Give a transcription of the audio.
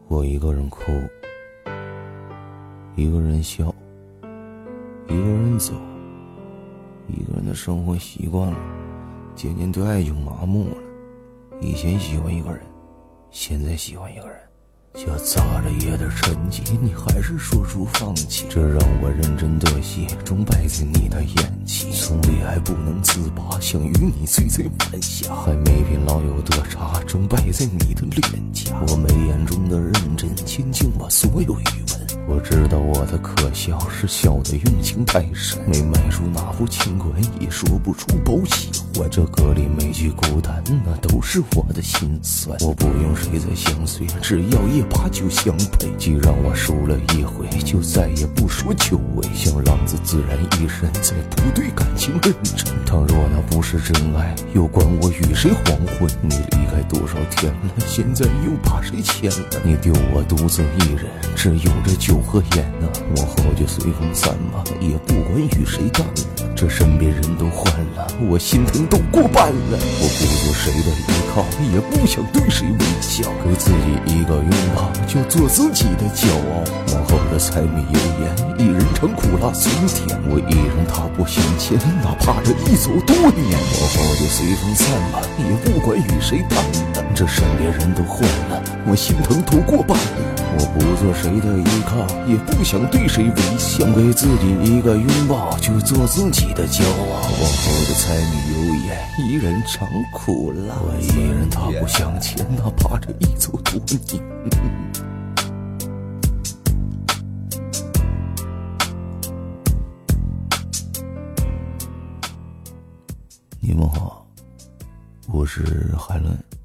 我一个人哭，一个人笑，一个人走，一个人的生活习惯了，渐渐对爱情麻木了。以前喜欢一个人，现在喜欢一个人，就砸着夜的沉寂，你还是说出放弃，这让我认真的心终败在你的眼前。从恋爱不能自拔，想与你醉在晚霞，还没品老友的茶，终败在你的脸颊。我眉眼中的认真，倾尽我所有语文。我知道我的可笑是笑的用情太深，没买出哪副情关，也说不出饱喜欢。这歌里每句孤单，那都是我的心酸。我不用谁再相随，只要一把酒相陪。既然我输了一回，就再也不说久违。像浪子自然一身，再不对感情认真。倘若那不是真爱，又管我与谁黄昏？你离开多少天了，现在又把谁牵了？你丢我独自一人，只有这酒和烟啊。往后就随风散吧，也不管与谁淡了。这身边人都换了，我心疼都过半了。我不做谁的依靠，也不想对谁微笑，给自己一个拥抱，就做自己的骄傲。往后的柴米油盐，一人尝苦辣酸甜，我一人踏步向前，哪怕这一走多年。往后就随风散吧，也不管与谁淡了。这身边人都换了，我心疼都过半了。我不做谁的依靠，也不想对谁微笑，给自己一个拥抱，就做自己的骄傲。往后的柴米油盐，一人尝苦辣，我一人踏步向前，哪怕这一走多年。你们好，我是海伦。